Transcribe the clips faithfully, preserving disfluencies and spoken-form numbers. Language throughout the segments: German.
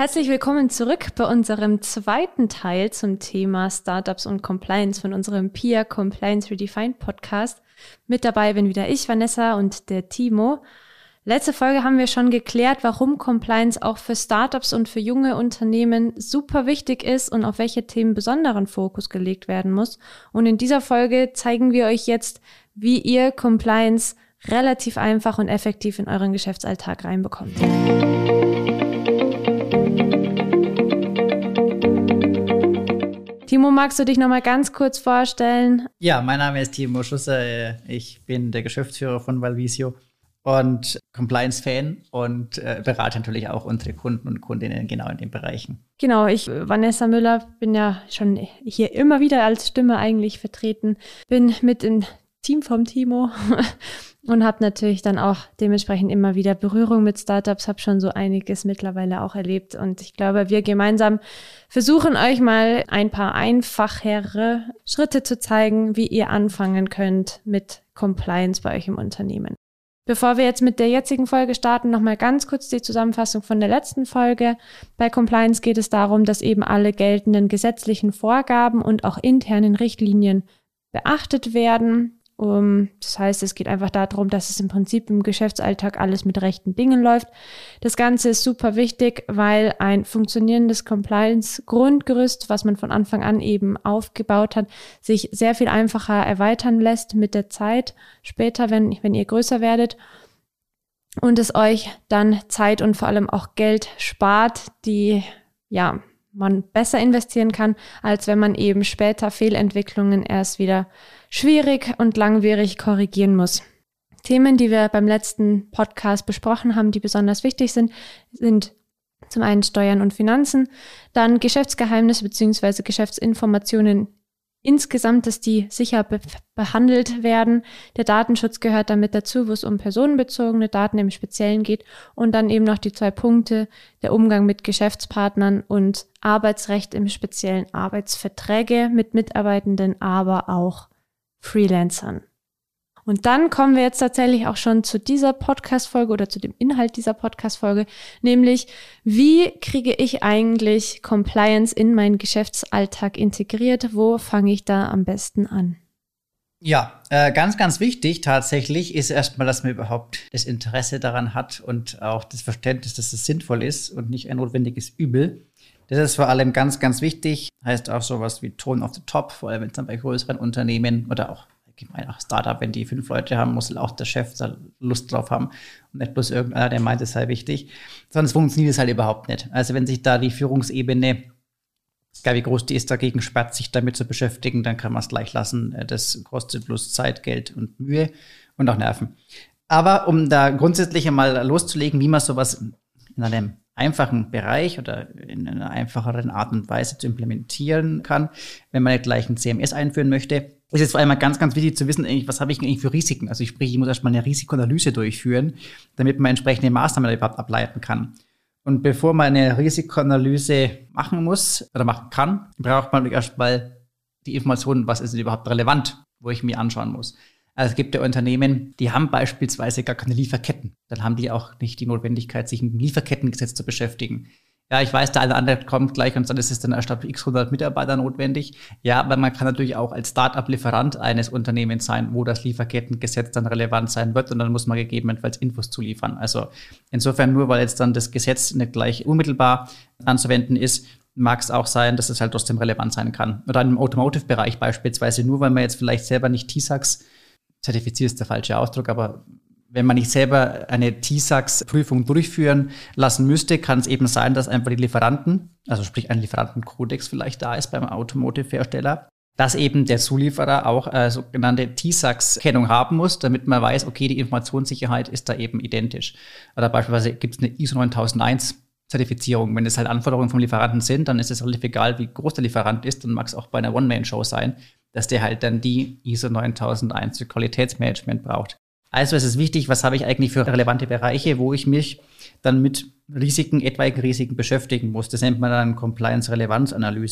Herzlich willkommen zurück bei unserem zweiten Teil zum Thema Startups und Compliance von unserem P I A Compliance Redefined Podcast. Mit dabei bin wieder ich, Vanessa, und der Timo. Letzte Folge haben wir schon geklärt, warum Compliance auch für Startups und für junge Unternehmen super wichtig ist und auf welche Themen besonderen Fokus gelegt werden muss. Und in dieser Folge zeigen wir euch jetzt, wie ihr Compliance relativ einfach und effektiv in euren Geschäftsalltag reinbekommt. Timo, magst du dich noch mal ganz kurz vorstellen? Ja, mein Name ist Timo Schusser. Ich bin der Geschäftsführer von Valvisio und Compliance-Fan und äh, berate natürlich auch unsere Kunden und Kundinnen genau in den Bereichen. Genau, ich, Vanessa Müller, bin ja schon hier immer wieder als Stimme eigentlich vertreten, bin mit im Team vom Timo und habe natürlich dann auch dementsprechend immer wieder Berührung mit Startups, habe schon so einiges mittlerweile auch erlebt und ich glaube, wir gemeinsam versuchen euch mal ein paar einfachere Schritte zu zeigen, wie ihr anfangen könnt mit Compliance bei euch im Unternehmen. Bevor wir jetzt mit der jetzigen Folge starten, nochmal ganz kurz die Zusammenfassung von der letzten Folge. Bei Compliance geht es darum, dass eben alle geltenden gesetzlichen Vorgaben und auch internen Richtlinien beachtet werden. Um, das heißt, es geht einfach darum, dass es im Prinzip im Geschäftsalltag alles mit rechten Dingen läuft. Das Ganze ist super wichtig, weil ein funktionierendes Compliance-Grundgerüst, was man von Anfang an eben aufgebaut hat, sich sehr viel einfacher erweitern lässt mit der Zeit später, wenn, wenn ihr größer werdet und es euch dann Zeit und vor allem auch Geld spart, die ja man besser investieren kann, als wenn man eben später Fehlentwicklungen erst wieder schwierig und langwierig korrigieren muss. Themen, die wir beim letzten Podcast besprochen haben, die besonders wichtig sind, sind zum einen Steuern und Finanzen, dann Geschäftsgeheimnisse bzw. Geschäftsinformationen insgesamt, dass die sicher be- behandelt werden. Der Datenschutz gehört damit dazu, wo es um personenbezogene Daten im Speziellen geht. Und dann eben noch die zwei Punkte, der Umgang mit Geschäftspartnern und Arbeitsrecht im Speziellen, Arbeitsverträge mit Mitarbeitenden, aber auch Freelancern. Und dann kommen wir jetzt tatsächlich auch schon zu dieser Podcast-Folge oder zu dem Inhalt dieser Podcast-Folge, nämlich wie kriege ich eigentlich Compliance in meinen Geschäftsalltag integriert? Wo fange ich da am besten an? Ja, äh, ganz, ganz wichtig tatsächlich ist erstmal, dass man überhaupt das Interesse daran hat und auch das Verständnis, dass es sinnvoll ist und nicht ein notwendiges Übel. Das ist vor allem ganz, ganz wichtig. Heißt auch sowas wie Tone of the Top, vor allem wenn es dann bei größeren Unternehmen oder auch auch Startup, wenn die fünf Leute haben, muss auch der Chef da Lust drauf haben und nicht bloß irgendeiner, der meint, es sei wichtig. Sonst funktioniert es halt überhaupt nicht. Also wenn sich da die Führungsebene, egal wie groß die ist, dagegen sperrt, sich damit zu beschäftigen, dann kann man es gleich lassen. Das kostet bloß Zeit, Geld und Mühe und auch Nerven. Aber um da grundsätzlich einmal loszulegen, wie man sowas in einem einfachen Bereich oder in einer einfacheren Art und Weise zu implementieren kann, wenn man gleich ein C M S einführen möchte, ist es vor allem ganz, ganz wichtig zu wissen, was habe ich eigentlich für Risiken. Also sprich, ich muss erstmal eine Risikoanalyse durchführen, damit man entsprechende Maßnahmen überhaupt ableiten kann. Und bevor man eine Risikoanalyse machen muss oder machen kann, braucht man erstmal die Informationen, was ist denn überhaupt relevant, wo ich mir anschauen muss. Also es gibt ja Unternehmen, die haben beispielsweise gar keine Lieferketten. Dann haben die auch nicht die Notwendigkeit, sich mit dem Lieferkettengesetz zu beschäftigen. Ja, ich weiß, der eine oder andere kommt gleich und sagt, es ist dann erst ab x hundert Mitarbeiter notwendig. Ja, aber man kann natürlich auch als Start-up-Lieferant eines Unternehmens sein, wo das Lieferkettengesetz dann relevant sein wird und dann muss man gegebenenfalls Infos zuliefern. Also insofern nur, weil jetzt dann das Gesetz nicht gleich unmittelbar anzuwenden ist, mag es auch sein, dass es halt trotzdem relevant sein kann. Oder im Automotive-Bereich beispielsweise, nur weil man jetzt vielleicht selber nicht T S A X zertifiziert ist der falsche Ausdruck, aber wenn man nicht selber eine T S A X-Prüfung durchführen lassen müsste, kann es eben sein, dass einfach die Lieferanten, also sprich ein Lieferantenkodex vielleicht da ist beim Automotive-Hersteller, dass eben der Zulieferer auch äh, sogenannte T S A X-Kennung haben muss, damit man weiß, okay, die Informationssicherheit ist da eben identisch. Oder beispielsweise gibt es eine I S O neuntausend Zertifizierung. Wenn es halt Anforderungen vom Lieferanten sind, dann ist es relativ egal, wie groß der Lieferant ist. Dann mag es auch bei einer One-Man-Show sein, dass der halt dann die I S O neuntausend für Qualitätsmanagement braucht. Also es ist wichtig, was habe ich eigentlich für relevante Bereiche, wo ich mich dann mit Risiken, etwaigen Risiken beschäftigen muss. Das nennt man dann Compliance-Relevanz-Analyse.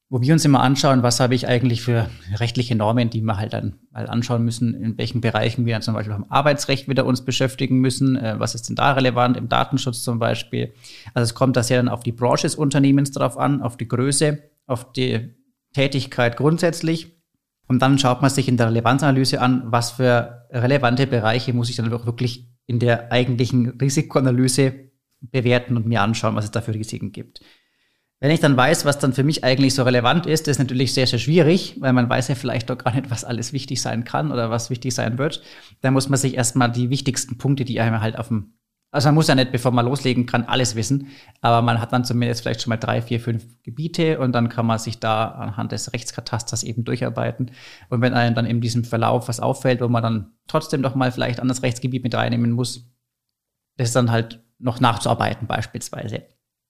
wo wir uns immer anschauen, was habe ich eigentlich für rechtliche Normen, die wir halt dann mal anschauen müssen, in welchen Bereichen wir dann zum Beispiel am Arbeitsrecht wieder uns beschäftigen müssen, äh, was ist denn da relevant, im Datenschutz zum Beispiel. Also es kommt das ja dann auf die Branche des Unternehmens drauf an, auf die Größe, auf die Tätigkeit grundsätzlich. Und dann schaut man sich in der Relevanzanalyse an, was für relevante Bereiche muss ich dann auch wirklich in der eigentlichen Risikoanalyse bewerten und mir anschauen, was es da für Risiken gibt. Wenn ich dann weiß, was dann für mich eigentlich so relevant ist, das ist natürlich sehr, sehr schwierig, weil man weiß ja vielleicht doch gar nicht, was alles wichtig sein kann oder was wichtig sein wird. Da muss man sich erstmal die wichtigsten Punkte, die einem halt auf dem, also man muss ja nicht, bevor man loslegen kann, alles wissen, aber man hat dann zumindest vielleicht schon mal drei, vier, fünf Gebiete und dann kann man sich da anhand des Rechtskatasters eben durcharbeiten. Und wenn einem dann in diesem Verlauf was auffällt, wo man dann trotzdem doch mal vielleicht an das Rechtsgebiet mit reinnehmen muss, das ist dann halt noch nachzuarbeiten beispielsweise.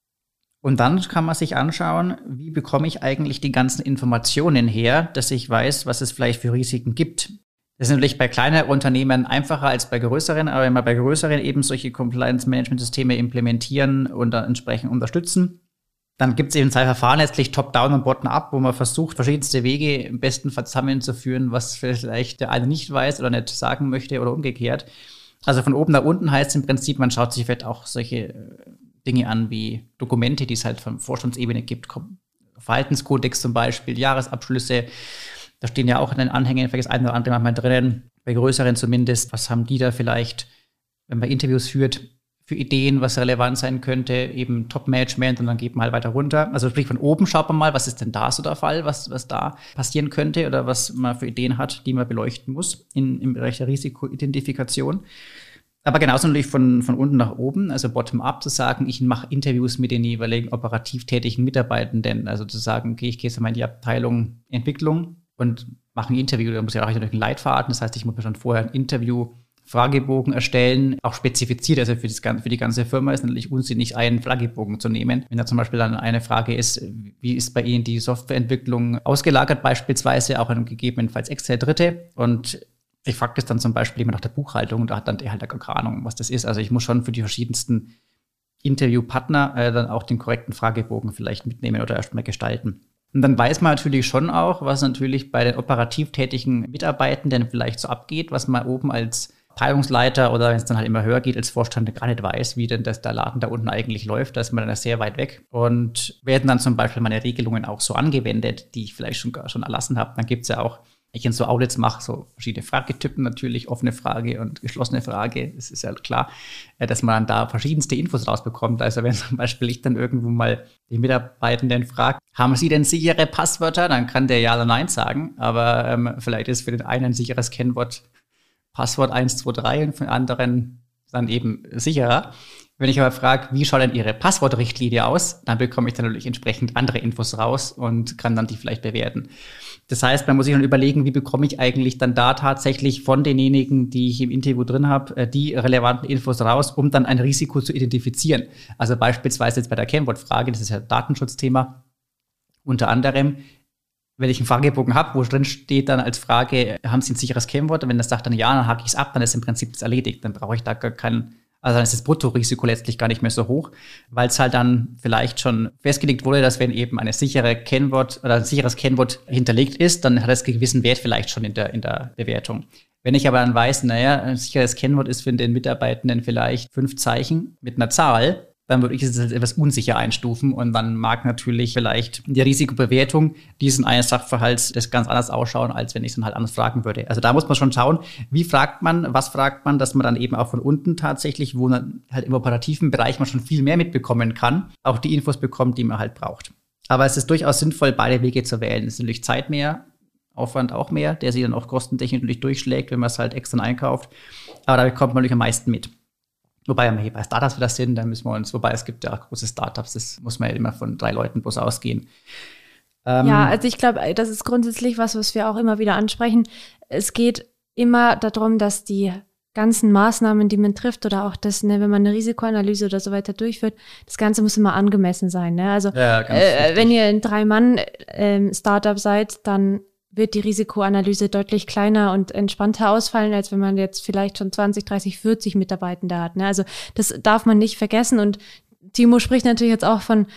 Und dann kann man sich anschauen, wie bekomme ich eigentlich die ganzen Informationen her, dass ich weiß, was es vielleicht für Risiken gibt. Das ist natürlich bei kleineren Unternehmen einfacher als bei größeren, aber wenn wir bei größeren eben solche Compliance-Management-Systeme implementieren und dann entsprechend unterstützen, dann gibt es eben zwei Verfahren, letztlich Top-Down und Bottom-Up, wo man versucht, verschiedenste Wege im besten Fall zusammenzuführen, was vielleicht der eine nicht weiß oder nicht sagen möchte oder umgekehrt. Also von oben nach unten heißt im Prinzip, man schaut sich vielleicht auch solche Dinge an wie Dokumente, die es halt von Vorstandsebene gibt, Verhaltenskodex zum Beispiel, Jahresabschlüsse. Da stehen ja auch in den Anhängen vielleicht das eine oder andere manchmal drinnen, bei größeren zumindest. Was haben die da vielleicht, wenn man Interviews führt, für Ideen, was relevant sein könnte, eben Top-Management und dann geht man halt weiter runter. Also sprich von oben schaut man mal, was ist denn da so der Fall, was, was da passieren könnte oder was man für Ideen hat, die man beleuchten muss in, im Bereich der Risikoidentifikation. Aber genauso natürlich von, von unten nach oben, also bottom-up zu sagen, ich mache Interviews mit den jeweiligen operativ tätigen Mitarbeitenden, also zu sagen, okay, ich gehe jetzt mal in die Abteilung Entwicklung und mache ein Interview, da muss ich auch natürlich einen Leitfaden, das heißt, ich muss mir schon vorher ein Interview Fragebogen erstellen, auch spezifiziert, also für, das, für die ganze Firma ist natürlich unsinnig, einen Fragebogen zu nehmen. Wenn da zum Beispiel dann eine Frage ist, wie ist bei Ihnen die Softwareentwicklung ausgelagert, beispielsweise auch an gegebenenfalls externe Dritte, und ich frage das dann zum Beispiel immer nach der Buchhaltung, da hat dann der halt gar keine Ahnung, was das ist. Also ich muss schon für die verschiedensten Interviewpartner äh, dann auch den korrekten Fragebogen vielleicht mitnehmen oder erstmal gestalten. Und dann weiß man natürlich schon auch, was natürlich bei den operativ tätigen Mitarbeitenden vielleicht so abgeht, was man oben als Abteilungsleiter oder wenn es dann halt immer höher geht, als Vorstand gar nicht weiß, wie denn das, der Laden da unten eigentlich läuft. Da ist man dann sehr weit weg. Und werden dann zum Beispiel meine Regelungen auch so angewendet, die ich vielleicht schon, schon erlassen habe. Dann gibt es ja auch, ich in so Audits mache, so verschiedene Fragetypen natürlich, offene Frage und geschlossene Frage. Es ist ja klar, dass man dann da verschiedenste Infos rausbekommt. Also wenn zum Beispiel ich dann irgendwo mal die Mitarbeitenden frage, haben Sie denn sichere Passwörter? Dann kann der Ja oder Nein sagen. Aber ähm, vielleicht ist für den einen ein sicheres Kennwort Passwort eins zwei drei und für den anderen dann eben sicherer. Wenn ich aber frage, wie schaut denn Ihre Passwortrichtlinie aus, dann bekomme ich dann natürlich entsprechend andere Infos raus und kann dann die vielleicht bewerten. Das heißt, man muss sich dann überlegen, wie bekomme ich eigentlich dann da tatsächlich von denjenigen, die ich im Interview drin habe, die relevanten Infos raus, um dann ein Risiko zu identifizieren. Also beispielsweise jetzt bei der Kennwortfrage, das ist ja ein Datenschutzthema, unter anderem, wenn ich einen Fragebogen habe, wo drin steht dann als Frage, haben Sie ein sicheres Kennwort? Und wenn das sagt dann ja, dann hake ich es ab, dann ist im Prinzip das erledigt. Dann brauche ich da gar keinen, also dann ist das Bruttorisiko letztlich gar nicht mehr so hoch, weil es halt dann vielleicht schon festgelegt wurde, dass wenn eben eine sichere Kennwort oder ein sicheres Kennwort hinterlegt ist, dann hat es einen gewissen Wert vielleicht schon in der, in der Bewertung. Wenn ich aber dann weiß, naja, ein sicheres Kennwort ist für den Mitarbeitenden vielleicht fünf Zeichen mit einer Zahl, dann würde ich es als etwas unsicher einstufen und dann mag natürlich vielleicht in der Risikobewertung diesen eines Sachverhalts das ganz anders ausschauen, als wenn ich es dann halt anders fragen würde. Also da muss man schon schauen, wie fragt man, was fragt man, dass man dann eben auch von unten tatsächlich, wo man halt im operativen Bereich man schon viel mehr mitbekommen kann, auch die Infos bekommt, die man halt braucht. Aber es ist durchaus sinnvoll, beide Wege zu wählen. Es ist natürlich Zeit mehr, Aufwand auch mehr, der sich dann auch kostentechnisch natürlich durchschlägt, wenn man es halt extern einkauft. Aber da bekommt man natürlich am meisten mit. Wobei wir hier bei Startups wieder sind, da müssen wir uns, wobei es gibt ja auch große Startups, das muss man ja immer von drei Leuten bloß ausgehen. Ähm, ja, also ich glaube, das ist grundsätzlich was, was wir auch immer wieder ansprechen. Es geht immer darum, dass die ganzen Maßnahmen, die man trifft oder auch das, ne, wenn man eine Risikoanalyse oder so weiter durchführt, das Ganze muss immer angemessen sein. Ne? Also ja, äh, wenn ihr ein Drei-Mann-Startup seid, dann wird die Risikoanalyse deutlich kleiner und entspannter ausfallen, als wenn man jetzt vielleicht schon zwanzig, dreißig, vierzig Mitarbeitende hat. Ne? Also das darf man nicht vergessen. Und Timo spricht natürlich jetzt auch von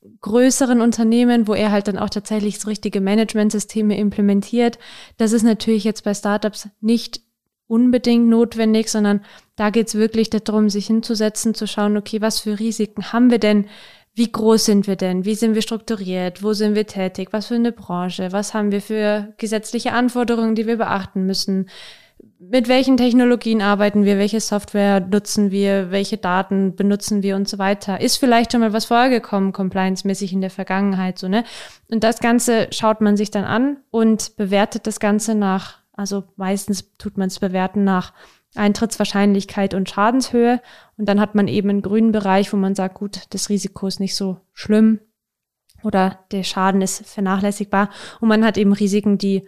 größeren Unternehmen, wo er halt dann auch tatsächlich so richtige Managementsysteme implementiert. Das ist natürlich jetzt bei Startups nicht unbedingt notwendig, sondern da geht es wirklich darum, sich hinzusetzen, zu schauen, okay, was für Risiken haben wir denn? Wie groß sind wir denn? Wie sind wir strukturiert? Wo sind wir tätig? Was für eine Branche? Was haben wir für gesetzliche Anforderungen, die wir beachten müssen? Mit welchen Technologien arbeiten wir? Welche Software nutzen wir? Welche Daten benutzen wir und so weiter? Ist vielleicht schon mal was vorgekommen, compliance-mäßig in der Vergangenheit, so, ne? Und das Ganze schaut man sich dann an und bewertet das Ganze nach, also meistens tut man es bewerten nach Eintrittswahrscheinlichkeit und Schadenshöhe. Und dann hat man eben einen grünen Bereich, wo man sagt, gut, das Risiko ist nicht so schlimm oder der Schaden ist vernachlässigbar. Und man hat eben Risiken, die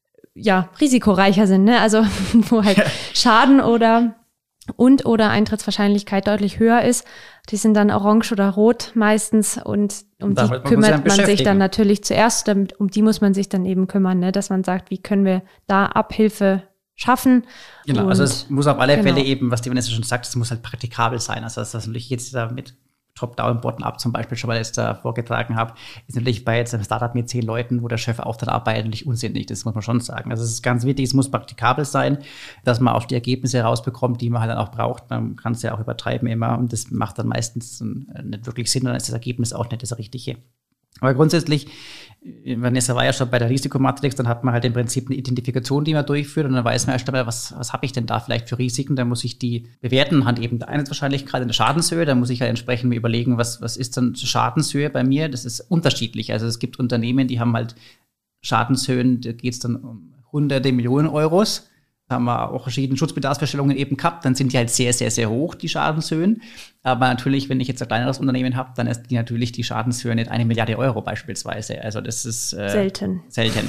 ja risikoreicher sind, ne? Also wo halt Schaden oder und oder Eintrittswahrscheinlichkeit deutlich höher ist. Die sind dann orange oder rot meistens und um die kümmert man sich dann natürlich zuerst. Damit, um die muss man sich dann eben kümmern, ne? Dass man sagt, wie können wir da Abhilfe schaffen. Genau, und, also es muss auf alle genau. Fälle eben, was die Vanessa schon sagt, es muss halt praktikabel sein. Also das, was natürlich jetzt da mit Top-Down, Bottom-Up zum Beispiel schon mal jetzt da vorgetragen habe, ist natürlich bei jetzt einem Startup mit zehn Leuten, wo der Chef auch dann arbeitet, natürlich unsinnig. Das muss man schon sagen. Also es ist ganz wichtig, es muss praktikabel sein, dass man auch die Ergebnisse rausbekommt, die man halt dann auch braucht. Man kann es ja auch übertreiben immer und das macht dann meistens nicht wirklich Sinn, dann ist das Ergebnis auch nicht das Richtige. Aber grundsätzlich, Vanessa war ja schon bei der Risikomatrix, dann hat man halt im Prinzip eine Identifikation, die man durchführt und dann weiß man erst einmal, was, was habe ich denn da vielleicht für Risiken, dann muss ich die bewerten anhand eben der Eintrittswahrscheinlichkeit in der Schadenshöhe, dann muss ich halt entsprechend mir überlegen, was, was ist dann Schadenshöhe bei mir, das ist unterschiedlich, also es gibt Unternehmen, die haben halt Schadenshöhen, da geht es dann um hunderte Millionen Euros, da haben wir auch verschiedene Schutzbedarfsfeststellungen eben gehabt, dann sind die halt sehr, sehr, sehr hoch, die Schadenshöhen. Aber natürlich, wenn ich jetzt ein kleineres Unternehmen habe, dann ist die natürlich die Schadenshöhe nicht eine Milliarde Euro beispielsweise. Also das ist äh, selten. Selten.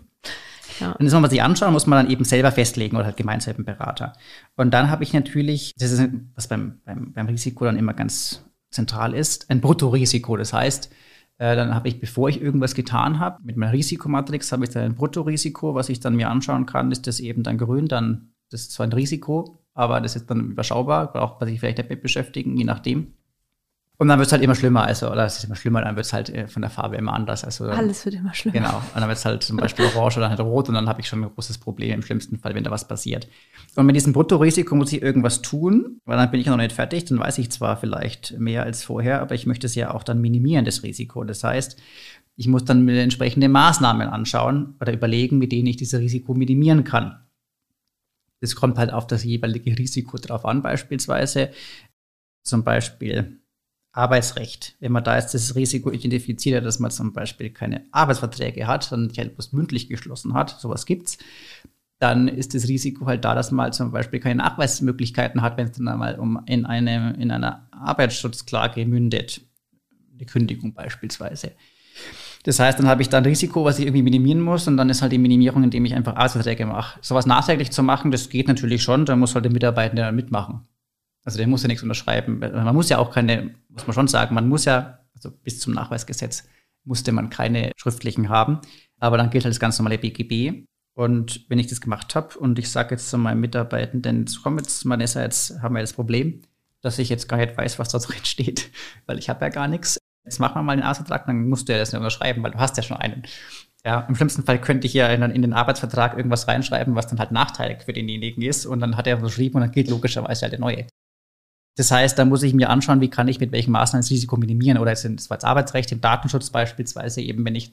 Ja. Und das muss man sich anschauen, muss man dann eben selber festlegen oder halt gemeinsam mit dem Berater. Und dann habe ich natürlich, das ist, was beim, beim, beim Risiko dann immer ganz zentral ist, ein Bruttorisiko. Das heißt, Äh, dann habe ich, bevor ich irgendwas getan habe, mit meiner Risikomatrix habe ich dann ein Bruttorisiko, was ich dann mir anschauen kann, ist das eben dann grün, dann das ist zwar ein Risiko, aber das ist dann überschaubar, braucht man sich vielleicht damit beschäftigen, je nachdem. Und dann wird es halt immer schlimmer, also, oder es ist immer schlimmer, dann wird es halt äh, von der Farbe immer anders. Also, alles wird immer schlimmer. Genau, und dann wird es halt zum Beispiel orange oder halt rot und dann habe ich schon ein großes Problem im schlimmsten Fall, wenn da was passiert. Und mit diesem Bruttorisiko muss ich irgendwas tun, weil dann bin ich noch nicht fertig, dann weiß ich zwar vielleicht mehr als vorher, aber ich möchte es ja auch dann minimieren, das Risiko. Das heißt, ich muss dann mir entsprechende Maßnahmen anschauen oder überlegen, mit denen ich dieses Risiko minimieren kann. Das kommt halt auf das jeweilige Risiko drauf an, beispielsweise. Zum Beispiel Arbeitsrecht. Wenn man da jetzt das Risiko identifiziert, dass man zum Beispiel keine Arbeitsverträge hat, sondern nicht etwas mündlich geschlossen hat, sowas gibt's, dann ist das Risiko halt da, dass man halt zum Beispiel keine Nachweismöglichkeiten hat, wenn es dann einmal um in, eine, in einer Arbeitsschutzklage mündet. Die Kündigung beispielsweise. Das heißt, dann habe ich da ein Risiko, was ich irgendwie minimieren muss und dann ist halt die Minimierung, indem ich einfach Arbeitsverträge mache. Sowas nachträglich zu machen, das geht natürlich schon, da muss halt der Mitarbeitende mitmachen. Also der muss ja nichts unterschreiben. Man muss ja auch keine, muss man schon sagen, man muss ja, also bis zum Nachweisgesetz musste man keine schriftlichen haben. Aber dann gilt halt das ganz normale B G B. Und wenn ich das gemacht habe und ich sage jetzt zu meinem Mitarbeitenden, komm jetzt, Vanessa, jetzt haben wir das Problem, dass ich jetzt gar nicht weiß, was da drin steht, weil ich habe ja gar nichts. Jetzt machen wir mal den Arbeitsvertrag, dann musst du ja das nicht unterschreiben, weil du hast ja schon einen. Ja, im schlimmsten Fall könnte ich ja in, in den Arbeitsvertrag irgendwas reinschreiben, was dann halt nachteilig für denjenigen ist. Und dann hat er unterschrieben und dann gilt logischerweise halt der neue. Das heißt, da muss ich mir anschauen, wie kann ich mit welchen Maßnahmen das Risiko minimieren. Oder jetzt das Arbeitsrecht, im Datenschutz beispielsweise, eben wenn ich,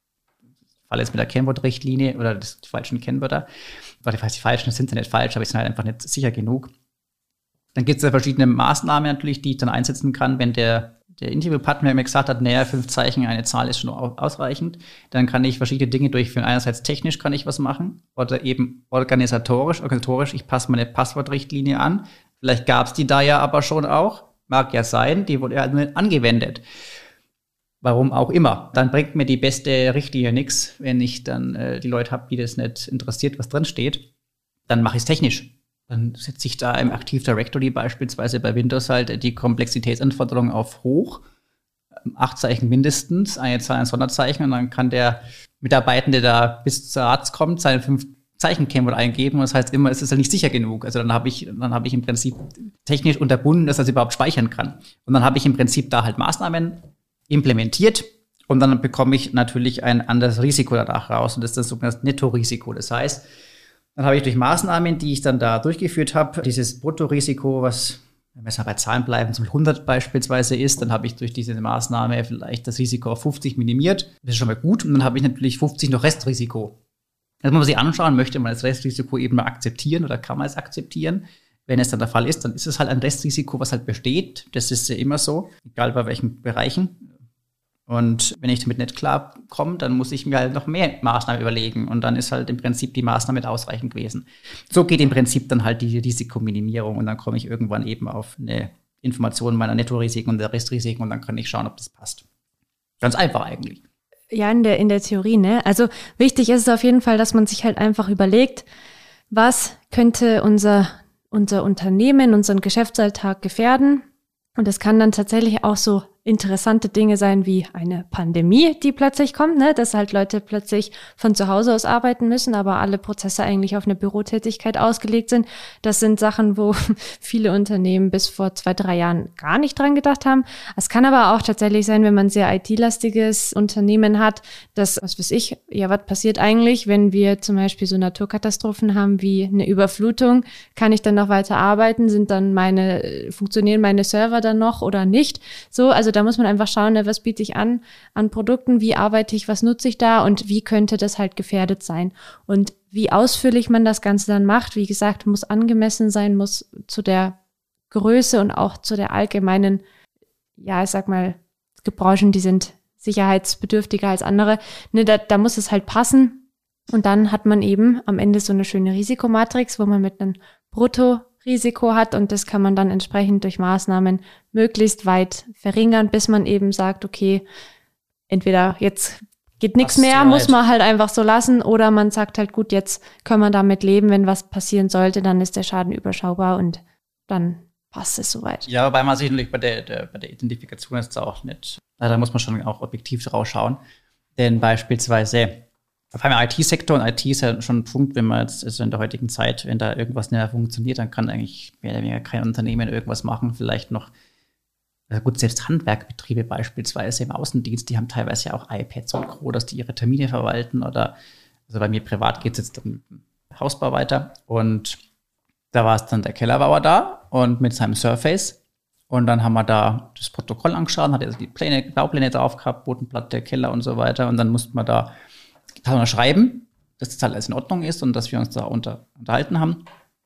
ich falle jetzt mit der Kennwortrichtlinie oder das, die falschen Kennwörter, weil ich weiß, die falschen das sind ja nicht falsch, aber ich bin halt einfach nicht sicher genug. Dann gibt es ja verschiedene Maßnahmen natürlich, die ich dann einsetzen kann, wenn der, der Interviewpartner mir gesagt hat, naja, fünf Zeichen, eine Zahl ist schon ausreichend. Dann kann ich verschiedene Dinge durchführen. Einerseits technisch kann ich was machen oder eben organisatorisch, organisatorisch, ich passe meine Passwortrichtlinie an. Vielleicht gab es die da ja aber schon auch. Mag ja sein, die wurde ja nicht angewendet. Warum auch immer. Dann bringt mir die beste Richtlinie nichts, wenn ich dann äh, die Leute habe, die das nicht interessiert, was drin steht. Dann mache ich es technisch. Dann setze ich da im Active Directory beispielsweise bei Windows halt die Komplexitätsanforderungen auf hoch. Acht Zeichen mindestens, eine Zahl, ein Sonderzeichen. Und dann kann der Mitarbeitende da bis zur Arzt kommt, seine fünf Zeichenkennwort eingeben und das heißt immer, es ist halt nicht sicher genug. Also dann habe ich, dann habe ich im Prinzip technisch unterbunden, dass er es überhaupt speichern kann. Und dann habe ich im Prinzip da halt Maßnahmen implementiert. Und dann bekomme ich natürlich ein anderes Risiko danach raus. Und das ist das sogenannte Nettorisiko. Das heißt, dann habe ich durch Maßnahmen, die ich dann da durchgeführt habe, dieses Bruttorisiko, was, wenn wir jetzt mal bei Zahlen bleiben, zum hundert beispielsweise ist, dann habe ich durch diese Maßnahme vielleicht das Risiko auf fünfzig minimiert. Das ist schon mal gut. Und dann habe ich natürlich fünfzig noch Restrisiko. Das muss man sich anschauen, möchte man das Restrisiko eben mal akzeptieren oder kann man es akzeptieren? Wenn es dann der Fall ist, dann ist es halt ein Restrisiko, was halt besteht. Das ist ja immer so, egal bei welchen Bereichen. Und wenn ich damit nicht klarkomme, dann muss ich mir halt noch mehr Maßnahmen überlegen. Und dann ist halt im Prinzip die Maßnahme nicht ausreichend gewesen. So geht im Prinzip dann halt die Risikominimierung. Und dann komme ich irgendwann eben auf eine Information meiner Nettorisiken und der Restrisiken. Und dann kann ich schauen, ob das passt. Ganz einfach eigentlich. Ja, in der, in der Theorie, ne? Also wichtig ist es auf jeden Fall, dass man sich halt einfach überlegt, was könnte unser, unser Unternehmen, unseren Geschäftsalltag gefährden. Und das kann dann tatsächlich auch so interessante Dinge sein wie eine Pandemie, die plötzlich kommt, ne? Dass halt Leute plötzlich von zu Hause aus arbeiten müssen, aber alle Prozesse eigentlich auf eine Bürotätigkeit ausgelegt sind. Das sind Sachen, wo viele Unternehmen bis vor zwei, drei Jahren gar nicht dran gedacht haben. Es kann aber auch tatsächlich sein, wenn man ein sehr I T-lastiges Unternehmen hat, dass, was weiß ich, ja, was passiert eigentlich, wenn wir zum Beispiel so Naturkatastrophen haben wie eine Überflutung? Kann ich dann noch weiter arbeiten? Sind dann meine, funktionieren meine Server dann noch oder nicht? So, also da muss man einfach schauen, was biete ich an, an Produkten, wie arbeite ich, was nutze ich da und wie könnte das halt gefährdet sein. Und wie ausführlich man das Ganze dann macht, wie gesagt, muss angemessen sein, muss zu der Größe und auch zu der allgemeinen, ja, ich sag mal, es gibt Branchen, die sind sicherheitsbedürftiger als andere. Ne, da, da muss es halt passen. Und dann hat man eben am Ende so eine schöne Risikomatrix, wo man mit einem Brutto Risiko hat und das kann man dann entsprechend durch Maßnahmen möglichst weit verringern, bis man eben sagt, okay, entweder jetzt geht nichts mehr, muss man halt einfach so lassen oder man sagt halt, gut, jetzt können wir damit leben, wenn was passieren sollte, dann ist der Schaden überschaubar und dann passt es soweit. Ja, wobei man sich natürlich bei der, der, bei der Identifikation jetzt auch nicht, da muss man schon auch objektiv drauf schauen, denn beispielsweise auf einem I T-Sektor, und I T ist ja schon ein Punkt, wenn man jetzt also in der heutigen Zeit, wenn da irgendwas nicht mehr funktioniert, dann kann eigentlich mehr oder weniger kein Unternehmen irgendwas machen. Vielleicht noch, also gut, selbst Handwerkbetriebe beispielsweise im Außendienst, die haben teilweise ja auch iPads und Co., dass die ihre Termine verwalten oder, also bei mir privat geht es jetzt um Hausbau weiter und da war es dann der Kellerbauer da und mit seinem Surface und dann haben wir da das Protokoll angeschaut, hat also die Pläne, Baupläne drauf gehabt, Bodenplatte, Keller und so weiter und dann musste man da kann man schreiben, dass das halt alles in Ordnung ist und dass wir uns da unter, unterhalten haben.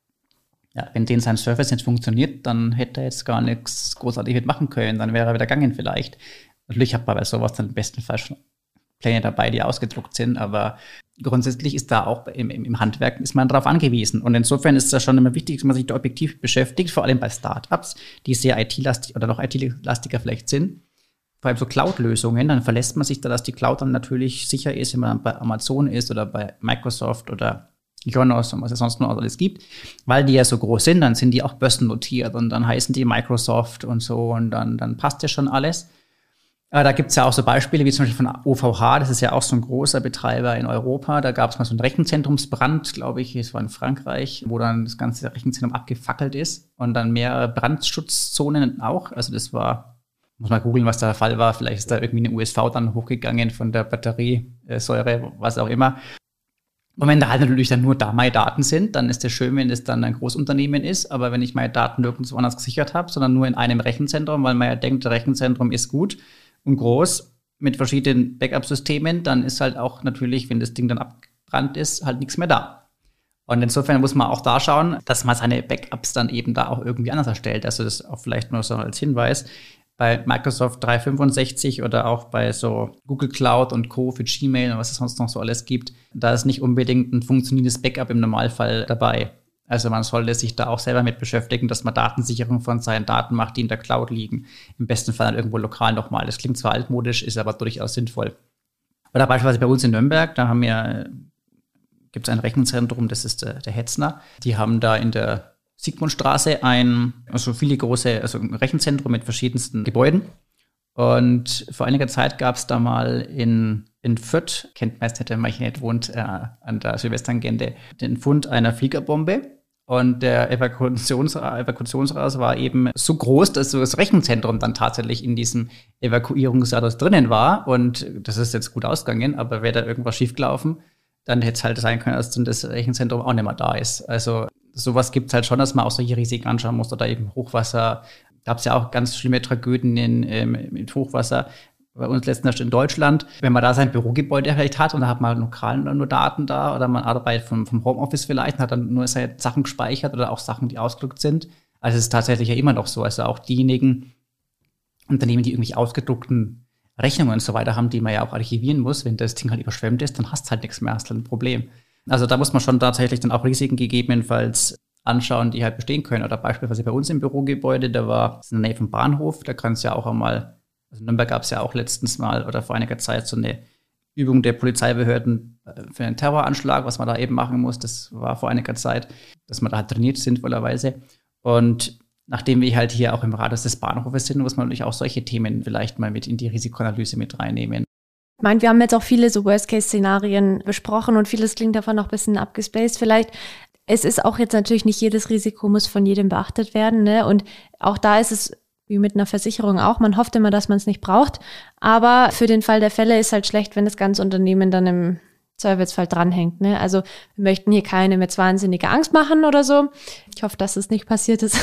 Ja, wenn den sein Surface nicht funktioniert, dann hätte er jetzt gar nichts großartig mitmachen können, dann wäre er wieder gegangen vielleicht. Natürlich hat man bei sowas dann im besten Fall schon Pläne dabei, die ausgedruckt sind, aber grundsätzlich ist da auch im, im, im Handwerk ist man darauf angewiesen. Und insofern ist das schon immer wichtig, dass man sich da objektiv beschäftigt, vor allem bei Startups, die sehr I T-lastig oder noch I T-lastiger vielleicht sind. Vor allem so Cloud-Lösungen, dann verlässt man sich da, dass die Cloud dann natürlich sicher ist, wenn man bei Amazon ist oder bei Microsoft oder Jonas und was es sonst noch alles gibt, weil die ja so groß sind, dann sind die auch börsennotiert und dann heißen die Microsoft und so und dann, dann passt ja schon alles. Aber da gibt es ja auch so Beispiele, wie zum Beispiel von O V H, das ist ja auch so ein großer Betreiber in Europa, da gab es mal so einen Rechenzentrumsbrand, glaube ich, es war in Frankreich, wo dann das ganze Rechenzentrum abgefackelt ist und dann mehrere Brandschutzzonen auch, also das war muss mal googeln, was da der Fall war. Vielleicht ist da irgendwie eine U S V dann hochgegangen von der Batteriesäure, was auch immer. Und wenn da halt natürlich dann nur da meine Daten sind, dann ist es schön, wenn es dann ein Großunternehmen ist. Aber wenn ich meine Daten nirgendwo anders gesichert habe, sondern nur in einem Rechenzentrum, weil man ja denkt, das Rechenzentrum ist gut und groß mit verschiedenen Backup-Systemen, dann ist halt auch natürlich, wenn das Ding dann abgebrannt ist, halt nichts mehr da. Und insofern muss man auch da schauen, dass man seine Backups dann eben da auch irgendwie anders erstellt. Also das auch vielleicht nur so als Hinweis. Bei Microsoft dreihundertfünfundsechzig oder auch bei so Google Cloud und Co. für Gmail und was es sonst noch so alles gibt, da ist nicht unbedingt ein funktionierendes Backup im Normalfall dabei. Also man sollte sich da auch selber mit beschäftigen, dass man Datensicherung von seinen Daten macht, die in der Cloud liegen. Im besten Fall dann irgendwo lokal nochmal. Das klingt zwar altmodisch, ist aber durchaus sinnvoll. Oder beispielsweise bei uns in Nürnberg, da haben wir, gibt es ein Rechenzentrum, das ist der, der Hetzner. Die haben da in der Sigmundstraße ein, also viele große, also ein Rechenzentrum mit verschiedensten Gebäuden. Und vor einiger Zeit gab es da mal in, in Fürth, kennt man jetzt nicht, wenn man hier nicht wohnt, äh, an der Silvesterlegende, den Fund einer Fliegerbombe. Und der Evakuations Evakuationsradius war eben so groß, dass so das Rechenzentrum dann tatsächlich in diesem Evakuierungsradius drinnen war. Und das ist jetzt gut ausgegangen, aber wäre da irgendwas schiefgelaufen, dann hätte es halt sein können, dass dann das Rechenzentrum auch nicht mehr da ist. Also sowas gibt es halt schon, dass man auch solche Risiken anschauen muss. Oder eben Hochwasser. Gab es ja auch ganz schlimme Tragödien in, ähm, mit Hochwasser. Bei uns letztens in Deutschland, wenn man da sein Bürogebäude vielleicht hat und da hat man lokal nur Daten da oder man arbeitet vom, vom Homeoffice vielleicht und hat dann nur seine Sachen gespeichert oder auch Sachen, die ausgedruckt sind. Also es ist tatsächlich ja immer noch so. Also auch diejenigen Unternehmen, die irgendwie ausgedruckten Rechnungen und so weiter haben, die man ja auch archivieren muss, wenn das Ding halt überschwemmt ist, dann hast du halt nichts mehr, hast halt ein Problem. Also da muss man schon tatsächlich dann auch Risiken gegebenenfalls anschauen, die halt bestehen können. Oder beispielsweise bei uns im Bürogebäude, da war es in der Nähe vom Bahnhof, da kann es ja auch einmal. Also in Nürnberg gab es ja auch letztens mal oder vor einiger Zeit so eine Übung der Polizeibehörden für einen Terroranschlag, was man da eben machen muss. Das war vor einiger Zeit, dass man da halt trainiert, sinnvollerweise. Und nachdem wir halt hier auch im Radius des Bahnhofes sind, muss man natürlich auch solche Themen vielleicht mal mit in die Risikoanalyse mit reinnehmen. Ich meine, wir haben jetzt auch viele so Worst-Case-Szenarien besprochen und vieles klingt davon noch ein bisschen abgespaced vielleicht. Es ist auch jetzt natürlich nicht jedes Risiko muss von jedem beachtet werden, ne? Und auch da ist es wie mit einer Versicherung auch. Man hofft immer, dass man es nicht braucht. Aber für den Fall der Fälle ist halt schlecht, wenn das ganze Unternehmen dann im Zweifelsfall dranhängt. Ne? Also wir möchten hier keine mit wahnsinnige Angst machen oder so. Ich hoffe, dass es nicht passiert ist.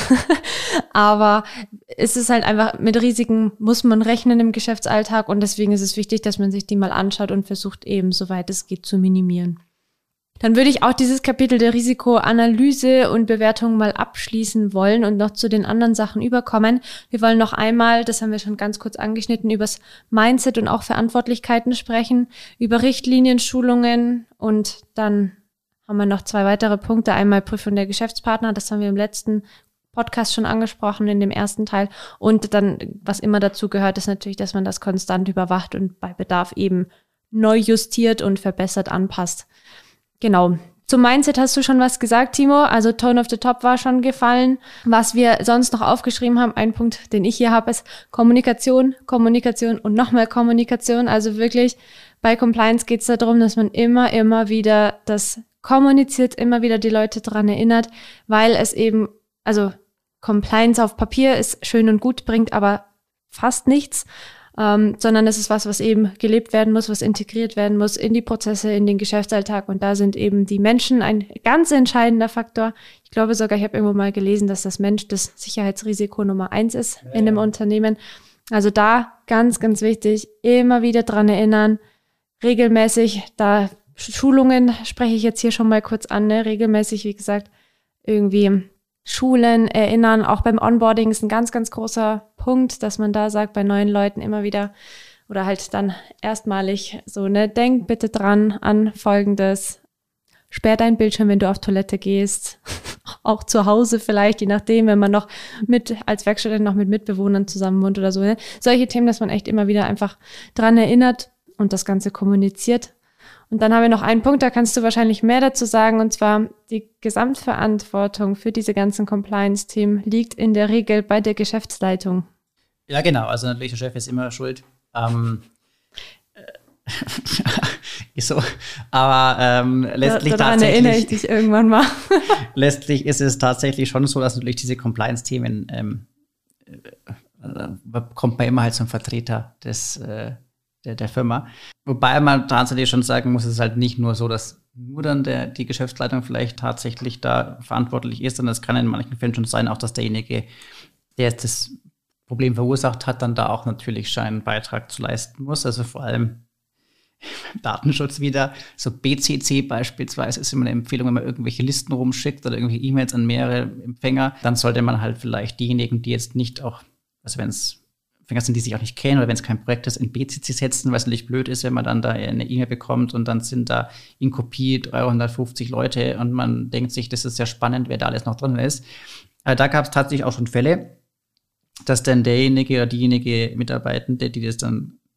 Aber es ist halt einfach, mit Risiken muss man rechnen im Geschäftsalltag. Und deswegen ist es wichtig, dass man sich die mal anschaut und versucht eben, soweit es geht, zu minimieren. Dann würde ich auch dieses Kapitel der Risikoanalyse und Bewertung mal abschließen wollen und noch zu den anderen Sachen überkommen. Wir wollen noch einmal, das haben wir schon ganz kurz angeschnitten, über das Mindset und auch Verantwortlichkeiten sprechen, über Richtlinien, Schulungen und dann haben wir noch zwei weitere Punkte. Einmal Prüfung der Geschäftspartner, das haben wir im letzten Podcast schon angesprochen in dem ersten Teil. Und dann, was immer dazu gehört, ist natürlich, dass man das konstant überwacht und bei Bedarf eben neu justiert und verbessert anpasst. Genau. Zum Mindset hast du schon was gesagt, Timo. Also Tone of the Top war schon gefallen. Was wir sonst noch aufgeschrieben haben, ein Punkt, den ich hier habe, ist Kommunikation, Kommunikation und nochmal Kommunikation. Also wirklich bei Compliance geht es darum, dass man immer, immer wieder das kommuniziert, immer wieder die Leute dran erinnert, weil es eben, also Compliance auf Papier ist schön und gut, bringt aber fast nichts. Ähm, sondern es ist was, was eben gelebt werden muss, was integriert werden muss in die Prozesse, in den Geschäftsalltag. Und da sind eben die Menschen ein ganz entscheidender Faktor. Ich glaube sogar, ich habe irgendwo mal gelesen, dass das Mensch das Sicherheitsrisiko Nummer eins ist ja, in einem ja. Unternehmen. Also da ganz, ganz wichtig, immer wieder dran erinnern, regelmäßig, da Schulungen spreche ich jetzt hier schon mal kurz an, ne? Regelmäßig, wie gesagt, irgendwie Schulen erinnern, auch beim Onboarding ist ein ganz, ganz großer Punkt, dass man da sagt, bei neuen Leuten immer wieder oder halt dann erstmalig so, ne, denk bitte dran an Folgendes. Sperr deinen Bildschirm, wenn du auf Toilette gehst. Auch zu Hause vielleicht, je nachdem, wenn man noch mit, als Werkstudent noch mit Mitbewohnern zusammen wohnt oder so, ne. Solche Themen, dass man echt immer wieder einfach dran erinnert und das Ganze kommuniziert. Und dann haben wir noch einen Punkt, da kannst du wahrscheinlich mehr dazu sagen, und zwar die Gesamtverantwortung für diese ganzen Compliance-Themen liegt in der Regel bei der Geschäftsleitung. Ja, genau. Also natürlich, der Chef ist immer schuld. Ähm, ist so. Aber ähm, letztlich da, daran tatsächlich erinnere ich dich irgendwann mal. letztlich ist es tatsächlich schon so, dass natürlich diese Compliance-Themen ähm, äh, bekommt man immer halt so einen Vertreter des äh, Der, der Firma. Wobei man tatsächlich schon sagen muss, es ist halt nicht nur so, dass nur dann der, die Geschäftsleitung vielleicht tatsächlich da verantwortlich ist, sondern es kann in manchen Fällen schon sein, auch dass derjenige, der das Problem verursacht hat, dann da auch natürlich seinen Beitrag zu leisten muss. Also vor allem beim Datenschutz wieder, so B C C beispielsweise ist immer eine Empfehlung, wenn man irgendwelche Listen rumschickt oder irgendwelche E-Mails an mehrere Empfänger, dann sollte man halt vielleicht diejenigen, die jetzt nicht auch, also wenn es Empfänger sind, die sich auch nicht kennen oder wenn es kein Projekt ist, in B C C setzen, was natürlich blöd ist, wenn man dann da eine E-Mail bekommt und dann sind da in Kopie dreihundertfünfzig Leute und man denkt sich, das ist sehr spannend, wer da alles noch drin ist. Aber da gab es tatsächlich auch schon Fälle, dass dann derjenige oder diejenige Mitarbeitende, die das dann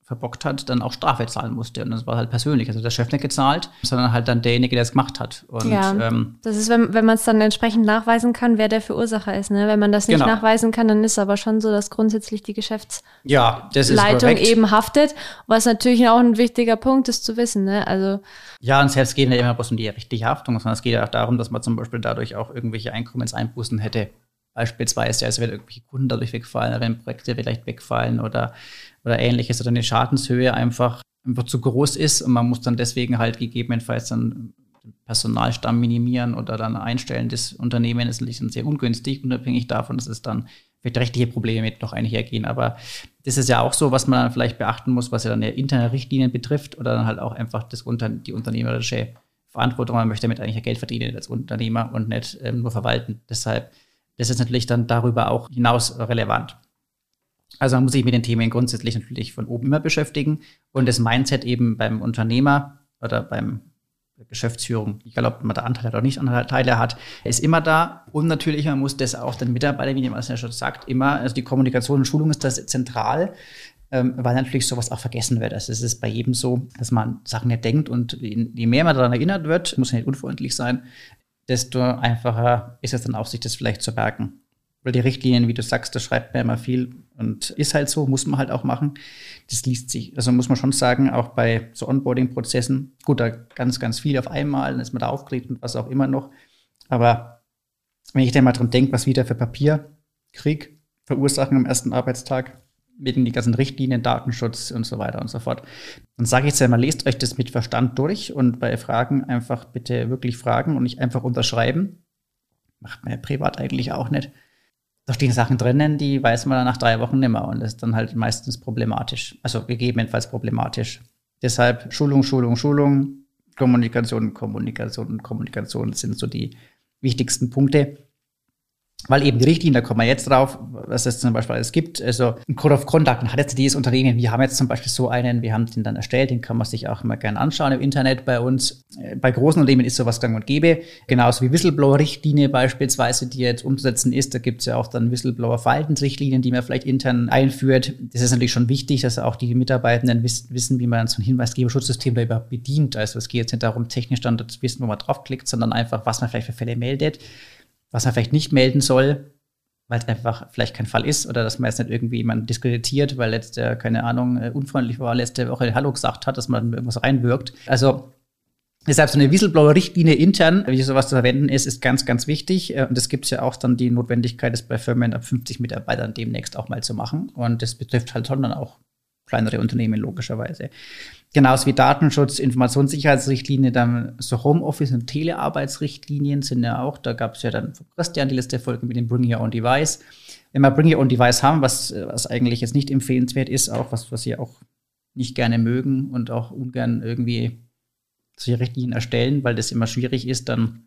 verbockt hat, dann auch Strafe zahlen musste. Und das war halt persönlich. Also der Chef nicht gezahlt, sondern halt dann derjenige, der es gemacht hat. Und, ja, ähm, das ist, wenn, wenn man es dann entsprechend nachweisen kann, wer der Verursacher ist. Ne? Wenn man das nicht genau. nachweisen kann, dann ist es aber schon so, dass grundsätzlich die Geschäftsleitung ja, das ist eben haftet. Was natürlich auch ein wichtiger Punkt ist zu wissen. Ne? Also ja, und selbst geht nicht immer bloß um die rechtliche Haftung, sondern es geht auch darum, dass man zum Beispiel dadurch auch irgendwelche Einkommenseinbußen hätte. Beispielsweise, also wenn irgendwelche Kunden dadurch wegfallen, wenn Projekte vielleicht wegfallen oder, oder ähnliches, oder eine Schadenshöhe einfach, einfach zu groß ist und man muss dann deswegen halt gegebenenfalls dann den Personalstamm minimieren oder dann einstellen. Das Unternehmen ist natürlich dann sehr ungünstig, unabhängig davon, dass es dann vielleicht rechtliche Probleme mit noch einhergehen. Aber das ist ja auch so, was man dann vielleicht beachten muss, was ja dann ja interne Richtlinien betrifft oder dann halt auch einfach das Unter- die unternehmerische Verantwortung. Man möchte damit eigentlich ja Geld verdienen als Unternehmer und nicht ähm, nur verwalten. Deshalb das ist natürlich dann darüber auch hinaus relevant. Also man muss sich mit den Themen grundsätzlich natürlich von oben immer beschäftigen und das Mindset eben beim Unternehmer oder beim Geschäftsführung, egal ob man da Anteile oder nicht Anteile hat, ist immer da. Und natürlich, man muss das auch den Mitarbeitern, wie man es ja schon sagt, immer, also die Kommunikation und Schulung ist das zentral, ähm, weil natürlich sowas auch vergessen wird. Also es ist bei jedem so, dass man Sachen nicht denkt und je mehr man daran erinnert wird, muss nicht unfreundlich sein, desto einfacher ist es dann auch, sich das vielleicht zu merken. Weil die Richtlinien, wie du sagst, da schreibt man immer viel und ist halt so, muss man halt auch machen. Das liest sich. Also muss man schon sagen, auch bei so Onboarding-Prozessen, gut, da ganz, ganz viel auf einmal, dann ist man da aufgeregt und was auch immer noch. Aber wenn ich dann mal dran denke, was wieder für Papierkrieg verursachen am ersten Arbeitstag, mit den ganzen Richtlinien, Datenschutz und so weiter und so fort. Dann sage ich jetzt einmal, lest euch das mit Verstand durch und bei Fragen einfach bitte wirklich fragen und nicht einfach unterschreiben. Macht man ja privat eigentlich auch nicht. Da stehen Sachen drinnen, die weiß man dann nach drei Wochen nicht mehr und das ist dann halt meistens problematisch. Also gegebenenfalls problematisch. Deshalb Schulung, Schulung, Schulung, Kommunikation, Kommunikation und Kommunikation sind so die wichtigsten Punkte. Weil eben die Richtlinien, da kommen wir jetzt drauf, was es zum Beispiel alles gibt. Also ein Code of Conduct, hat jetzt dieses Unternehmen, wir haben jetzt zum Beispiel so einen, wir haben den dann erstellt, den kann man sich auch mal gerne anschauen im Internet bei uns. Bei großen Unternehmen ist sowas gang und gäbe. Genauso wie Whistleblower-Richtlinie beispielsweise, die jetzt umzusetzen ist. Da gibt es ja auch dann Whistleblower-Verhaltensrichtlinien, die man vielleicht intern einführt. Das ist natürlich schon wichtig, dass auch die Mitarbeitenden wiss, wissen, wie man so ein Hinweisgeberschutzsystem da überhaupt bedient. Also es geht jetzt nicht darum, technisch dann zu wissen, wo man draufklickt, sondern einfach, was man vielleicht für Fälle meldet, was man vielleicht nicht melden soll, weil es einfach vielleicht kein Fall ist oder dass man jetzt nicht irgendwie jemanden diskreditiert, weil jetzt der, keine Ahnung, unfreundlich war, letzte Woche Hallo gesagt hat, dass man irgendwas reinwirkt. Also deshalb so eine Whistleblower-Richtlinie intern, wie sowas zu verwenden ist, ist ganz, ganz wichtig. Und es gibt ja auch dann die Notwendigkeit, das bei Firmen ab fünfzig Mitarbeitern demnächst auch mal zu machen. Und das betrifft halt schon dann auch kleinere Unternehmen logischerweise. Genauso wie Datenschutz, Informationssicherheitsrichtlinie, dann so Homeoffice- und Telearbeitsrichtlinien sind ja auch, da gab es ja dann von Christian die letzte Folge mit dem Bring Your Own Device. Wenn wir Bring Your Own Device haben, was, was eigentlich jetzt nicht empfehlenswert ist, auch was, was sie auch nicht gerne mögen und auch ungern irgendwie solche Richtlinien erstellen, weil das immer schwierig ist, dann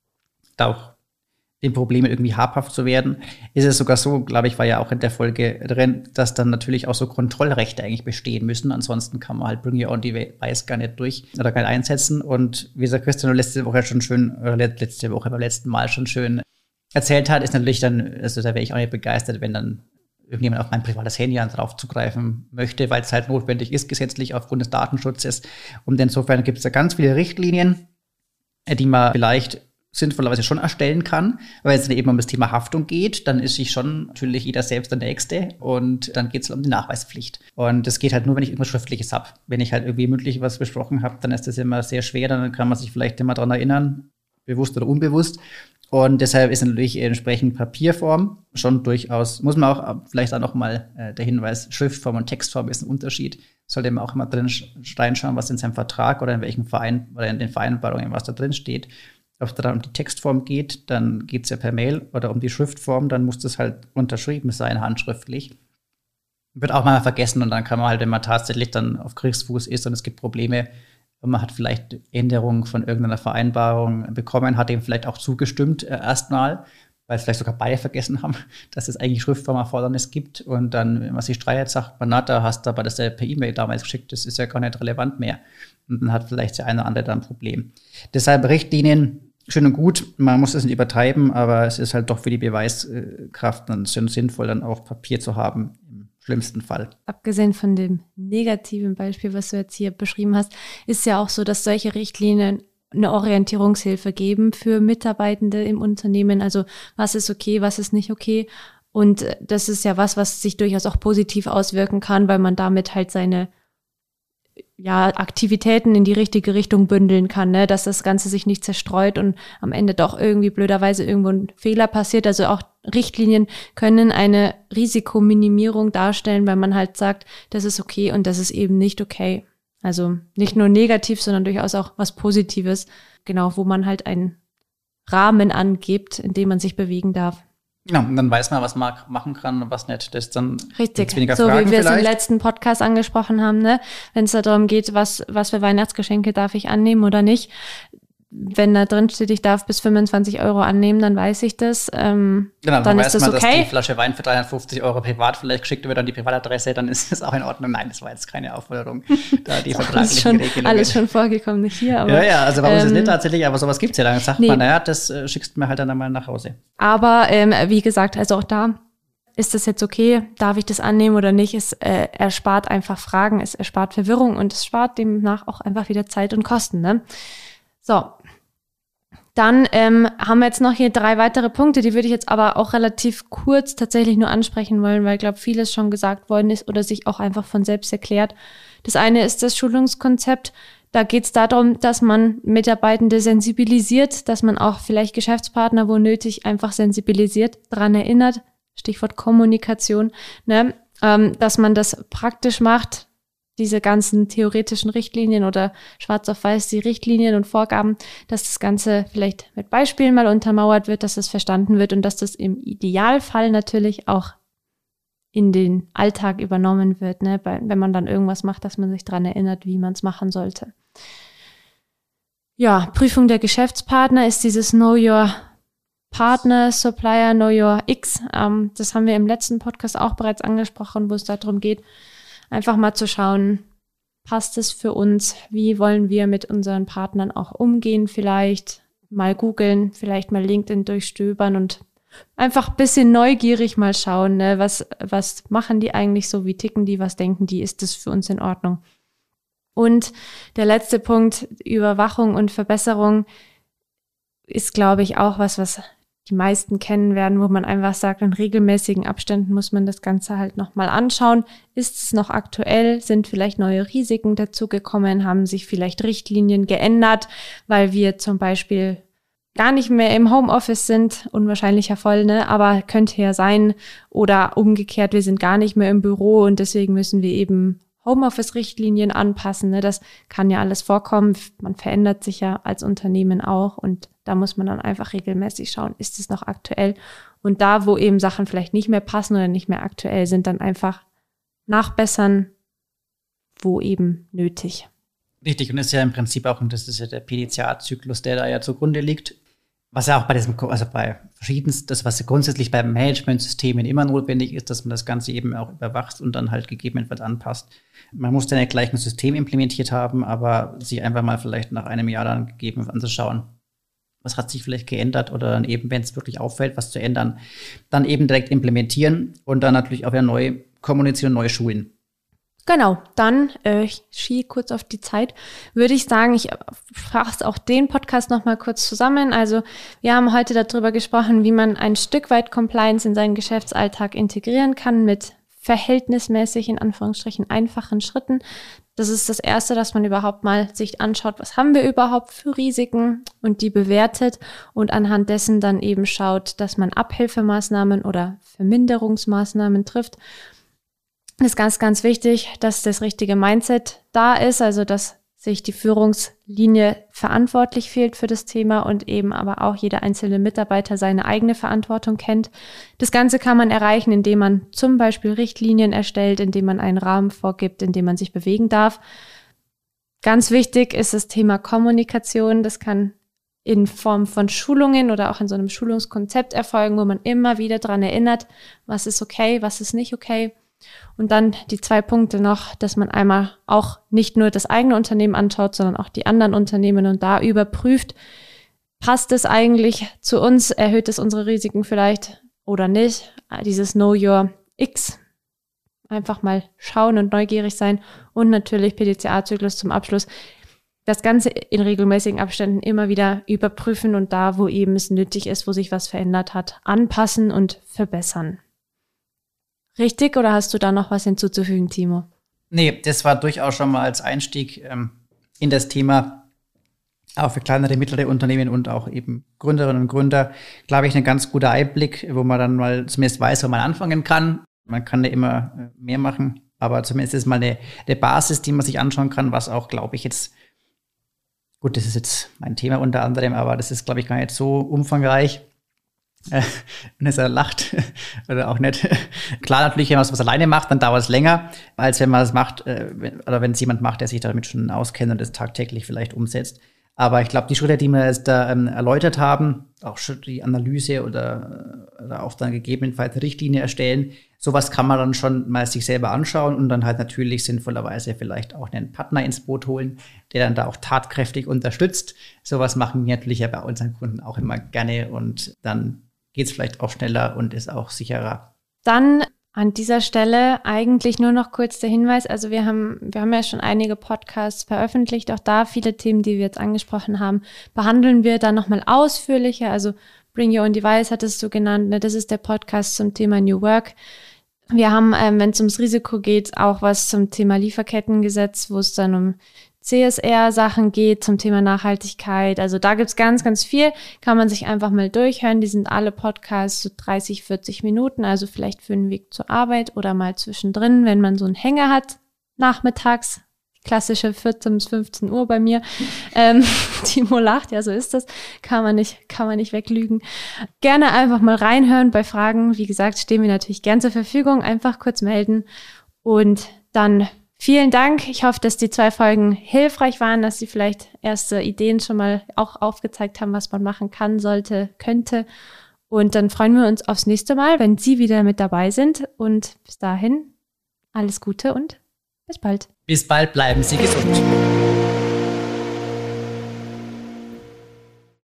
da auch den Problemen irgendwie habhaft zu werden, ist es sogar so, glaube ich, war ja auch in der Folge drin, dass dann natürlich auch so Kontrollrechte eigentlich bestehen müssen. Ansonsten kann man halt Bring Your Own Device gar nicht durch oder gar nicht einsetzen. Und wie der Christian letzte Woche schon schön, oder letzte Woche beim letzten Mal schon schön erzählt hat, ist natürlich dann, also da wäre ich auch nicht begeistert, wenn dann irgendjemand auf mein privates Handy drauf zugreifen möchte, weil es halt notwendig ist, gesetzlich aufgrund des Datenschutzes. Und insofern gibt es da ganz viele Richtlinien, die man vielleicht sinnvollerweise schon erstellen kann. Aber wenn es dann eben um das Thema Haftung geht, dann ist sich schon natürlich jeder selbst der Nächste und dann geht es um die Nachweispflicht. Und das geht halt nur, wenn ich irgendwas Schriftliches habe. Wenn ich halt irgendwie mündlich was besprochen habe, dann ist das immer sehr schwer, dann kann man sich vielleicht immer daran erinnern, bewusst oder unbewusst. Und deshalb ist natürlich entsprechend Papierform schon durchaus, muss man auch vielleicht auch noch mal äh, der Hinweis, Schriftform und Textform ist ein Unterschied. Sollte man auch immer drin reinschauen, was in seinem Vertrag oder in welchem Verein oder in den Vereinbarungen, was da drin steht. Ob es da um die Textform geht, dann geht es ja per Mail oder um die Schriftform, dann muss das halt unterschrieben sein, handschriftlich. Wird auch mal vergessen und dann kann man halt, wenn man tatsächlich dann auf Kriegsfuß ist und es gibt Probleme, und man hat vielleicht Änderungen von irgendeiner Vereinbarung bekommen, hat dem vielleicht auch zugestimmt äh, erstmal, weil es vielleicht sogar beide vergessen haben, dass es eigentlich Schriftformerfordernis gibt. Und dann, wenn man sich streitet, sagt man, na, da hast du aber das ja per E-Mail damals geschickt, das ist ja gar nicht relevant mehr. Und dann hat vielleicht der eine oder andere da ein Problem. Deshalb Richtlinien, schön und gut, man muss es nicht übertreiben, aber es ist halt doch für die Beweiskraft dann sinnvoll, dann auch Papier zu haben, im schlimmsten Fall. Abgesehen von dem negativen Beispiel, was du jetzt hier beschrieben hast, ist ja auch so, dass solche Richtlinien eine Orientierungshilfe geben für Mitarbeitende im Unternehmen. Also was ist okay, was ist nicht okay. Und das ist ja was, was sich durchaus auch positiv auswirken kann, weil man damit halt seine ja, Aktivitäten in die richtige Richtung bündeln kann, ne? Dass das Ganze sich nicht zerstreut und am Ende doch irgendwie blöderweise irgendwo ein Fehler passiert. Also auch Richtlinien können eine Risikominimierung darstellen, weil man halt sagt, das ist okay und das ist eben nicht okay. Also nicht nur negativ, sondern durchaus auch was Positives, genau, wo man halt einen Rahmen angibt, in dem man sich bewegen darf. Ja, und dann weiß man, was man machen kann und was nicht. Das ist dann richtig, weniger so Fragen wie wir vielleicht. es im letzten Podcast angesprochen haben, ne? Wenn es darum geht, was was für Weihnachtsgeschenke darf ich annehmen oder nicht. Wenn da drin steht, ich darf bis fünfundzwanzig Euro annehmen, dann weiß ich das. Ähm, genau, dann, dann ist weiß das man, okay. dass die Flasche Wein für dreihundertfünfzig Euro privat vielleicht geschickt wird an die Privatadresse, dann ist das auch in Ordnung. Nein, das war jetzt keine Aufforderung, da die vertraglichen schon Regelungen. alles schon vorgekommen, nicht hier. Aber, ja, ja, also warum ähm, ist es nicht tatsächlich, aber sowas gibt's ja. Dann sagt nee. man, naja, das äh, schickst du mir halt dann einmal nach Hause. Aber ähm, wie gesagt, also auch da ist das jetzt okay, darf ich das annehmen oder nicht? Es äh, erspart einfach Fragen, es erspart Verwirrung und es spart demnach auch einfach wieder Zeit und Kosten. Ne? So, dann ähm, haben wir jetzt noch hier drei weitere Punkte, die würde ich jetzt aber auch relativ kurz tatsächlich nur ansprechen wollen, weil ich glaube, vieles schon gesagt worden ist oder sich auch einfach von selbst erklärt. Das eine ist das Schulungskonzept. Da geht es darum, dass man Mitarbeitende sensibilisiert, dass man auch vielleicht Geschäftspartner, wo nötig, einfach sensibilisiert, daran erinnert, Stichwort Kommunikation, ne, ähm, dass man das praktisch macht, diese ganzen theoretischen Richtlinien oder schwarz auf weiß die Richtlinien und Vorgaben, dass das Ganze vielleicht mit Beispielen mal untermauert wird, dass das verstanden wird und dass das im Idealfall natürlich auch in den Alltag übernommen wird, ne, wenn man dann irgendwas macht, dass man sich daran erinnert, wie man es machen sollte. Ja, Prüfung der Geschäftspartner ist dieses Know Your Partner, Supplier, Know Your X. Ähm, das haben wir im letzten Podcast auch bereits angesprochen, wo es darum geht, einfach mal zu schauen, passt es für uns? Wie wollen wir mit unseren Partnern auch umgehen? Vielleicht mal googeln, vielleicht mal LinkedIn durchstöbern und einfach ein bisschen neugierig mal schauen, ne? was, was machen die eigentlich so? Wie ticken die? Was denken die? Ist das für uns in Ordnung? Und der letzte Punkt, Überwachung und Verbesserung, ist, glaube ich, auch was, was die meisten kennen werden, wo man einfach sagt, in regelmäßigen Abständen muss man das Ganze halt nochmal anschauen. Ist es noch aktuell? Sind vielleicht neue Risiken dazugekommen? Haben sich vielleicht Richtlinien geändert, weil wir zum Beispiel gar nicht mehr im Homeoffice sind? Unwahrscheinlicher Fall, ne? Aber könnte ja sein. Oder umgekehrt, wir sind gar nicht mehr im Büro und deswegen müssen wir eben Homeoffice-Richtlinien anpassen, ne? Das kann ja alles vorkommen. Man verändert sich ja als Unternehmen auch und da muss man dann einfach regelmäßig schauen, ist es noch aktuell? Und da, wo eben Sachen vielleicht nicht mehr passen oder nicht mehr aktuell sind, dann einfach nachbessern, wo eben nötig. Richtig, und das ist ja im Prinzip auch, und das ist ja der Pedizialzyklus, der da ja zugrunde liegt, was ja auch bei diesem, also bei verschiedensten, das, was grundsätzlich bei Managementsystemen immer notwendig ist, dass man das Ganze eben auch überwacht und dann halt gegebenenfalls anpasst. Man muss dann ja gleich ein System implementiert haben, aber sich einfach mal vielleicht nach einem Jahr dann gegeben anzuschauen, was hat sich vielleicht geändert oder dann eben, wenn es wirklich auffällt, was zu ändern, dann eben direkt implementieren und dann natürlich auch wieder neu kommunizieren, neu schulen. Genau, dann, äh, ich schiehe kurz auf die Zeit, würde ich sagen, ich fasse auch den Podcast nochmal kurz zusammen. Also wir haben heute darüber gesprochen, wie man ein Stück weit Compliance in seinen Geschäftsalltag integrieren kann mit verhältnismäßig, in Anführungsstrichen, einfachen Schritten. Das ist das Erste, dass man überhaupt mal sich anschaut, was haben wir überhaupt für Risiken und die bewertet und anhand dessen dann eben schaut, dass man Abhilfemaßnahmen oder Verminderungsmaßnahmen trifft. Das ist ganz, ganz wichtig, dass das richtige Mindset da ist, also dass sich die Führungslinie verantwortlich fühlt für das Thema und eben aber auch jeder einzelne Mitarbeiter seine eigene Verantwortung kennt. Das Ganze kann man erreichen, indem man zum Beispiel Richtlinien erstellt, indem man einen Rahmen vorgibt, in dem man sich bewegen darf. Ganz wichtig ist das Thema Kommunikation. Das kann in Form von Schulungen oder auch in so einem Schulungskonzept erfolgen, wo man immer wieder daran erinnert, was ist okay, was ist nicht okay. Und dann die zwei Punkte noch, dass man einmal auch nicht nur das eigene Unternehmen anschaut, sondern auch die anderen Unternehmen und da überprüft, passt es eigentlich zu uns, erhöht es unsere Risiken vielleicht oder nicht. Dieses Know Your X, einfach mal schauen und neugierig sein und natürlich P D C A-Zyklus zum Abschluss. Das Ganze in regelmäßigen Abständen immer wieder überprüfen und da, wo eben es nötig ist, wo sich was verändert hat, anpassen und verbessern. Richtig, oder hast du da noch was hinzuzufügen, Timo? Nee, das war durchaus schon mal als Einstieg ähm, in das Thema, auch für kleinere, mittlere Unternehmen und auch eben Gründerinnen und Gründer, glaube ich, ein ganz guter Einblick, wo man dann mal zumindest weiß, wo man anfangen kann. Man kann ja immer mehr machen, aber zumindest ist mal eine, eine Basis, die man sich anschauen kann, was auch, glaube ich, jetzt, gut, das ist jetzt mein Thema unter anderem, aber das ist, glaube ich, gar nicht so umfangreich. Äh, wenn er lacht oder auch nicht. Klar, natürlich, wenn man was alleine macht, dann dauert es länger, als wenn man es macht, äh, wenn, oder wenn es jemand macht, der sich damit schon auskennt und das tagtäglich vielleicht umsetzt. Aber ich glaube, die Schritte, die wir jetzt da ähm, erläutert haben, auch schon die Analyse oder, oder auch dann gegebenenfalls eine Richtlinie erstellen, sowas kann man dann schon mal sich selber anschauen und dann halt natürlich sinnvollerweise vielleicht auch einen Partner ins Boot holen, der dann da auch tatkräftig unterstützt. Sowas machen wir natürlich ja bei unseren Kunden auch immer gerne und dann geht es vielleicht auch schneller und ist auch sicherer. Dann an dieser Stelle eigentlich nur noch kurz der Hinweis, also wir haben, wir haben ja schon einige Podcasts veröffentlicht, auch da viele Themen, die wir jetzt angesprochen haben, behandeln wir dann nochmal ausführlicher, also Bring Your Own Device hattest du genannt, ne? Das ist der Podcast zum Thema New Work. Wir haben, ähm, wenn es ums Risiko geht, auch was zum Thema Lieferkettengesetz, wo es dann um C S R-Sachen geht, zum Thema Nachhaltigkeit. Also da gibt's ganz, ganz viel. Kann man sich einfach mal durchhören. Die sind alle Podcasts so dreißig, vierzig Minuten, also vielleicht für den Weg zur Arbeit oder mal zwischendrin, wenn man so einen Hänger hat, nachmittags. Klassische vierzehn bis fünfzehn Uhr bei mir. Ähm, Timo lacht, ja, so ist das. Kann man nicht, kann man nicht weglügen. Gerne einfach mal reinhören bei Fragen. Wie gesagt, stehen wir natürlich gern zur Verfügung. Einfach kurz melden. Und dann vielen Dank. Ich hoffe, dass die zwei Folgen hilfreich waren, dass sie vielleicht erste Ideen schon mal auch aufgezeigt haben, was man machen kann, sollte, könnte. Und dann freuen wir uns aufs nächste Mal, wenn Sie wieder mit dabei sind. Und bis dahin alles Gute und bis bald. Bis bald, bleiben Sie gesund.